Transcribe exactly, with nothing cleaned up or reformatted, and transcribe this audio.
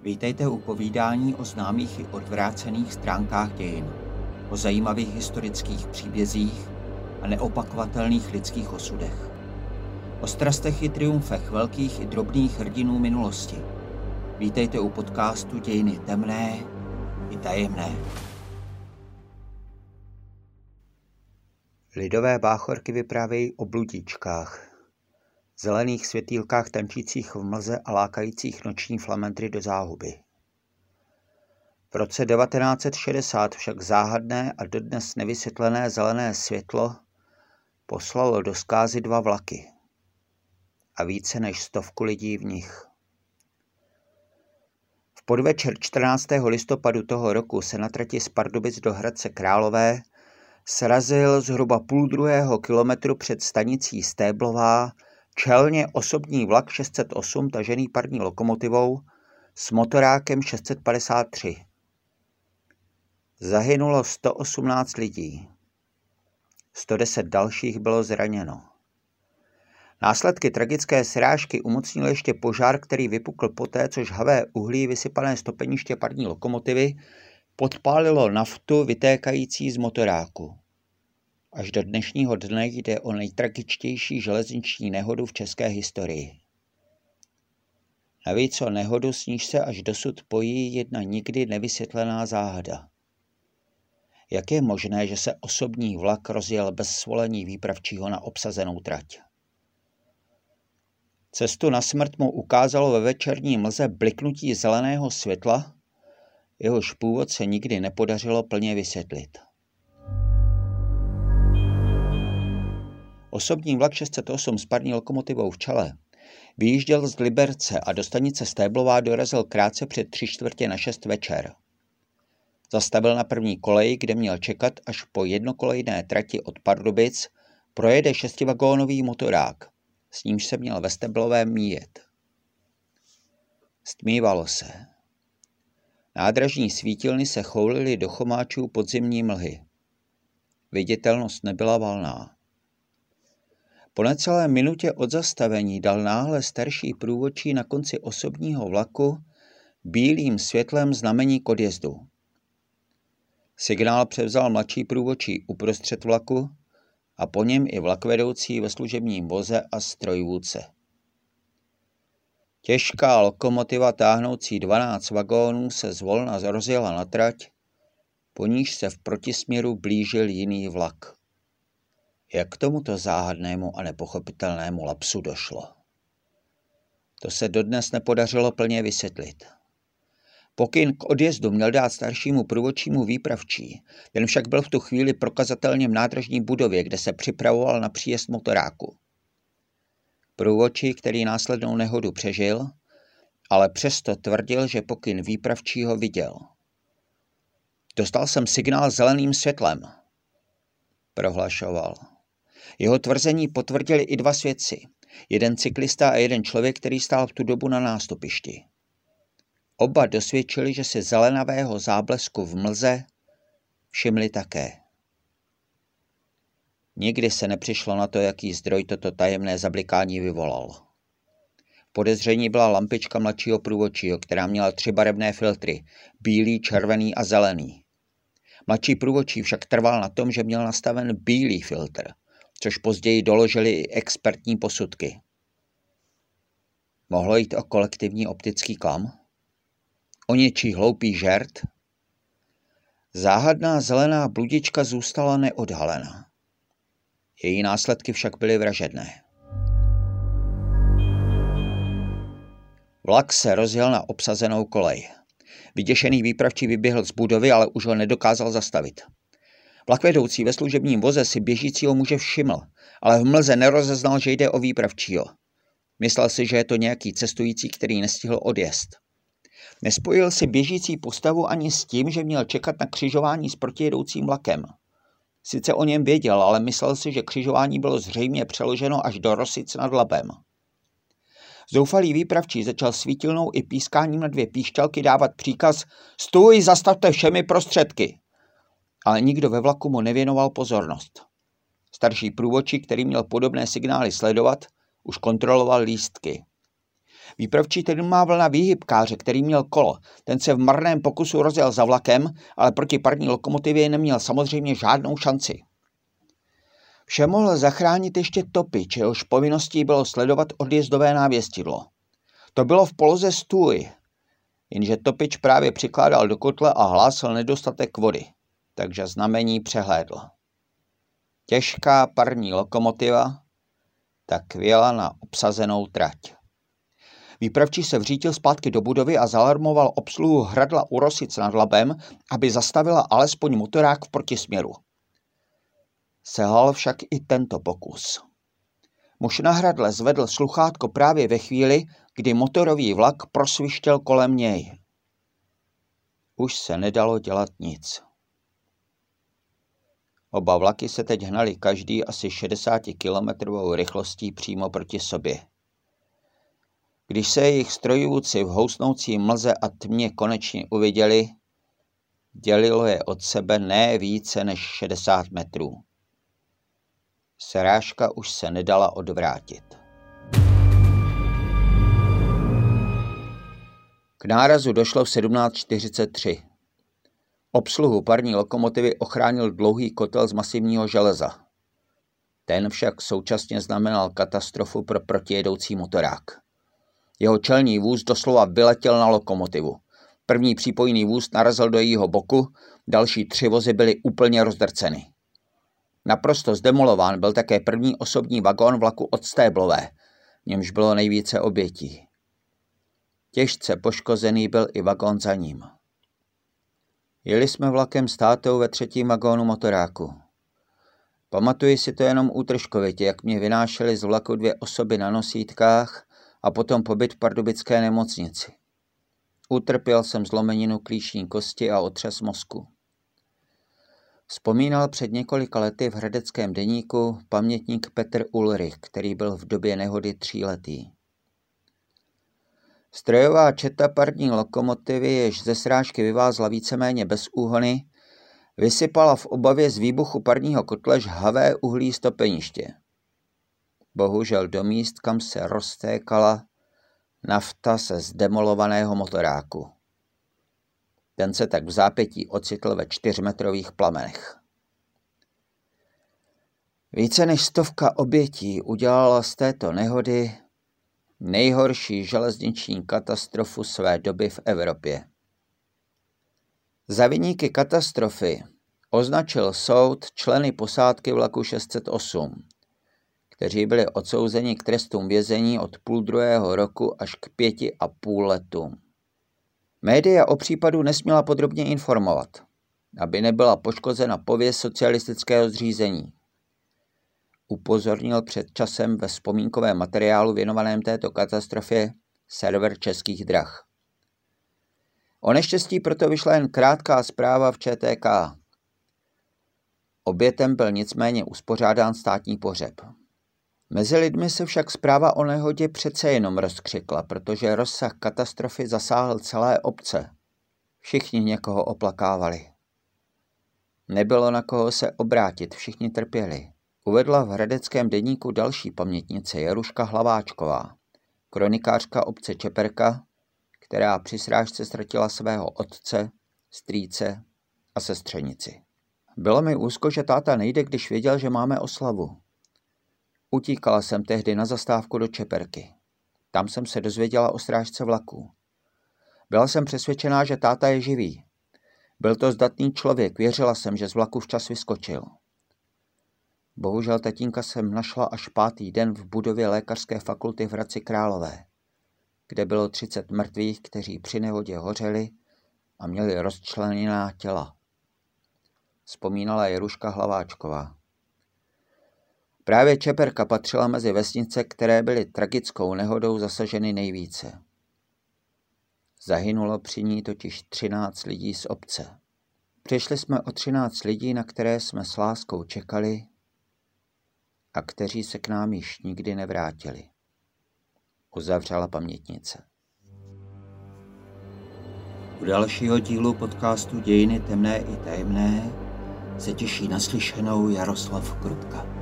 Vítejte u povídání o známých i odvrácených stránkách dějin, o zajímavých historických příbězích a neopakovatelných lidských osudech. O strastech i triumfech velkých i drobných hrdinů minulosti. Vítejte u podcastu Dějiny temné i tajemné. Lidové báchorky vyprávějí o bludíčkách, zelených světýlkách tančících v mlze a lákajících noční flamentry do záhuby. V roce devatenáct set šedesát však záhadné a dodnes nevysvětlené zelené světlo poslalo do zkázy dva vlaky a více než stovku lidí v nich. V podvečer čtrnáctého listopadu toho roku se na trati z Pardubic do Hradce Králové srazil zhruba půl druhého kilometru před stanicí Stéblová čelně osobní vlak šest set osm tažený parní lokomotivou s motorákem šest set padesát tři. Zahynulo sto osmnáct lidí. sto deset dalších bylo zraněno. Následky tragické srážky umocnil ještě požár, který vypukl poté, co žhavé uhlí vysypané stopeniště parní lokomotivy podpálilo naftu vytékající z motoráku. Až do dnešního dne jde o nejtragičtější železniční nehodu v české historii. Navíc o nehodu, s níž se až dosud pojí jedna nikdy nevysvětlená záhada. Jak je možné, že se osobní vlak rozjel bez svolení výpravčího na obsazenou trať? Cestu na smrt mu ukázalo ve večerní mlze bliknutí zeleného světla, jehož původ se nikdy nepodařilo plně vysvětlit. Osobní vlak šest set osm s parní lokomotivou v čele vyjížděl z Liberce a do stanice Stéblová dorazil krátce před tři čtvrtě na šest večer. Zastavil na první koleji, kde měl čekat, až po jednokolejné trati od Pardubic projede šestivagónový motorák, s nímž se měl ve Stéblovém míjet. Stmívalo se. Nádražní svítilny se choulily do chomáčů podzimní mlhy. Viditelnost nebyla valná. Po necelé minutě od zastavení dal náhle starší průvodčí na konci osobního vlaku bílým světlem znamení k odjezdu. Signál převzal mladší průvodčí uprostřed vlaku a po něm i vlakvedoucí ve služebním voze a strojvůdce. Těžká lokomotiva táhnoucí dvanáct vagónů se zvolna rozjela na trať, po níž se v protisměru blížil jiný vlak. Jak k tomuto záhadnému a nepochopitelnému lapsu došlo? To se dodnes nepodařilo plně vysvětlit. Pokyn k odjezdu měl dát staršímu průvodčímu výpravčí, ten však byl v tu chvíli prokazatelně v nádražní budově, kde se připravoval na příjezd motoráku. Průvodčí, který následnou nehodu přežil, ale přesto tvrdil, že pokyn výpravčího viděl. Dostal jsem signál zeleným světlem, prohlašoval. Jeho tvrzení potvrdili i dva svědci, jeden cyklista a jeden člověk, který stál v tu dobu na nástupišti. Oba dosvědčili, že si zelenavého záblesku v mlze všimli také. Nikdy se nepřišlo na to, jaký zdroj toto tajemné zablikání vyvolal. Podezření byla lampička mladšího průvodčího, která měla tři barevné filtry, bílý, červený a zelený. Mladší průvodčí však trval na tom, že měl nastaven bílý filtr, což později doložili i expertní posudky. Mohlo jít o kolektivní optický klam? O něčí hloupý žert? Záhadná zelená bludička zůstala neodhalena. Její následky však byly vražedné. Vlak se rozjel na obsazenou kolej. Vyděšený výpravčí vyběhl z budovy, ale už ho nedokázal zastavit. Vlakvedoucí ve služebním voze si běžícího muže všiml, ale v mlze nerozeznal, že jde o výpravčího. Myslel si, že je to nějaký cestující, který nestihl odjezd. Nespojil si běžící postavu ani s tím, že měl čekat na křižování s protijedoucím vlakem. Sice o něm věděl, ale myslel si, že křižování bylo zřejmě přeloženo až do Rosic nad Labem. Zoufalý výpravčí začal svítilnou i pískáním na dvě píšťalky dávat příkaz "Stůj, zastavte všemi prostředky!" Ale nikdo ve vlaku mu nevěnoval pozornost. Starší průvodčí, který měl podobné signály sledovat, už kontroloval lístky. Výpravčí má vlna výhybkáře, který měl kolo. Ten se v marném pokusu rozjel za vlakem, ale proti parní lokomotivě neměl samozřejmě žádnou šanci. Vše mohl zachránit ještě topič, jehož povinností bylo sledovat odjezdové návěstidlo. To bylo v poloze stůj, jenže topič právě přikládal do kotle a hlásil nedostatek vody, takže znamení přehlédl. Těžká parní lokomotiva tak vyjela na obsazenou trať. Výpravčí se vřítil zpátky do budovy a zalarmoval obsluhu hradla u Rosic nad Labem, aby zastavila alespoň motorák v protisměru. Selhal však i tento pokus. Muž na hradle zvedl sluchátko právě ve chvíli, kdy motorový vlak prosvištěl kolem něj. Už se nedalo dělat nic. Oba vlaky se teď hnali každý asi šedesátikilometrovou rychlostí přímo proti sobě. Když se jejich strojvůdci v housnoucí mlze a tmě konečně uviděli, dělilo je od sebe ne více než šedesát metrů. Srážka už se nedala odvrátit. K nárazu došlo v sedmnáct čtyřicet tři. Obsluhu parní lokomotivy ochránil dlouhý kotel z masivního železa. Ten však současně znamenal katastrofu pro protijedoucí motorák. Jeho čelní vůz doslova vyletěl na lokomotivu. První přípojný vůz narazil do jejího boku, další tři vozy byly úplně rozdrceny. Naprosto zdemolován byl také první osobní vagón vlaku od Stéblové, v němž bylo nejvíce obětí. Těžce poškozený byl i vagón za ním. Jeli jsme vlakem s tátou ve třetím vagónu motoráku. Pamatuji si to jenom útržkovitě, jak mě vynášely z vlaku dvě osoby na nosítkách a potom pobyt v pardubické nemocnici. Utrpěl jsem zlomeninu klíční kosti a otřes mozku. Vzpomínal před několika lety v hradeckém deníku pamětník Petr Ulrich, který byl v době nehody tříletý. Strojová četa parní lokomotivy, jež ze srážky vyvázla víceméně bez úhony, vysypala v obavě z výbuchu parního kotle žhavé uhlí stopeniště. Bohužel do míst, kam se roztékala nafta se zdemolovaného motoráku. Ten se tak v zápětí ocitl ve čtyřmetrových plamenech. Více než stovka obětí udělala z této nehody nejhorší železniční katastrofu své doby v Evropě. Za viníky katastrofy označil soud členy posádky vlaku šest set osm, kteří byli odsouzeni k trestům vězení od půl druhého roku až k pěti a půl letům. Média o případu nesměla podrobně informovat, aby nebyla poškozena pověst socialistického zřízení. Upozornil před časem ve vzpomínkovém materiálu věnovaném této katastrofě server Českých drah. O neštěstí proto vyšla jen krátká zpráva v Č T K. Obětem byl nicméně uspořádán státní pohřeb. Mezi lidmi se však zpráva o nehodě přece jenom rozkřikla, protože rozsah katastrofy zasáhl celé obce. Všichni někoho oplakávali. Nebylo na koho se obrátit, všichni trpěli. Uvedla v hradeckém deníku další pamětnice Jaruška Hlaváčková, kronikářka obce Čeperka, která při srážce ztratila svého otce, strýce a sestřenici. Bylo mi úzko, že táta nejde, když věděl, že máme oslavu. Utíkala jsem tehdy na zastávku do Čeperky. Tam jsem se dozvěděla o srážce vlaku. Byla jsem přesvědčená, že táta je živý. Byl to zdatný člověk, věřila jsem, že z vlaku včas vyskočil. Bohužel tatínka jsem našla až pátý den v budově lékařské fakulty v Hradci Králové, kde bylo třicet mrtvých, kteří při nehodě hořeli a měli rozčleněná těla. Vzpomínala Jaruška Hlaváčková. Právě Čeperka patřila mezi vesnice, které byly tragickou nehodou zasaženy nejvíce. Zahynulo při ní totiž třináct lidí z obce. Přišli jsme o třináct lidí, na které jsme s láskou čekali a kteří se k nám již nikdy nevrátili. Uzavřela pamětnice. U dalšího dílu podcastu Dějiny temné i tajemné se těší naslyšenou Jaroslav Krutka.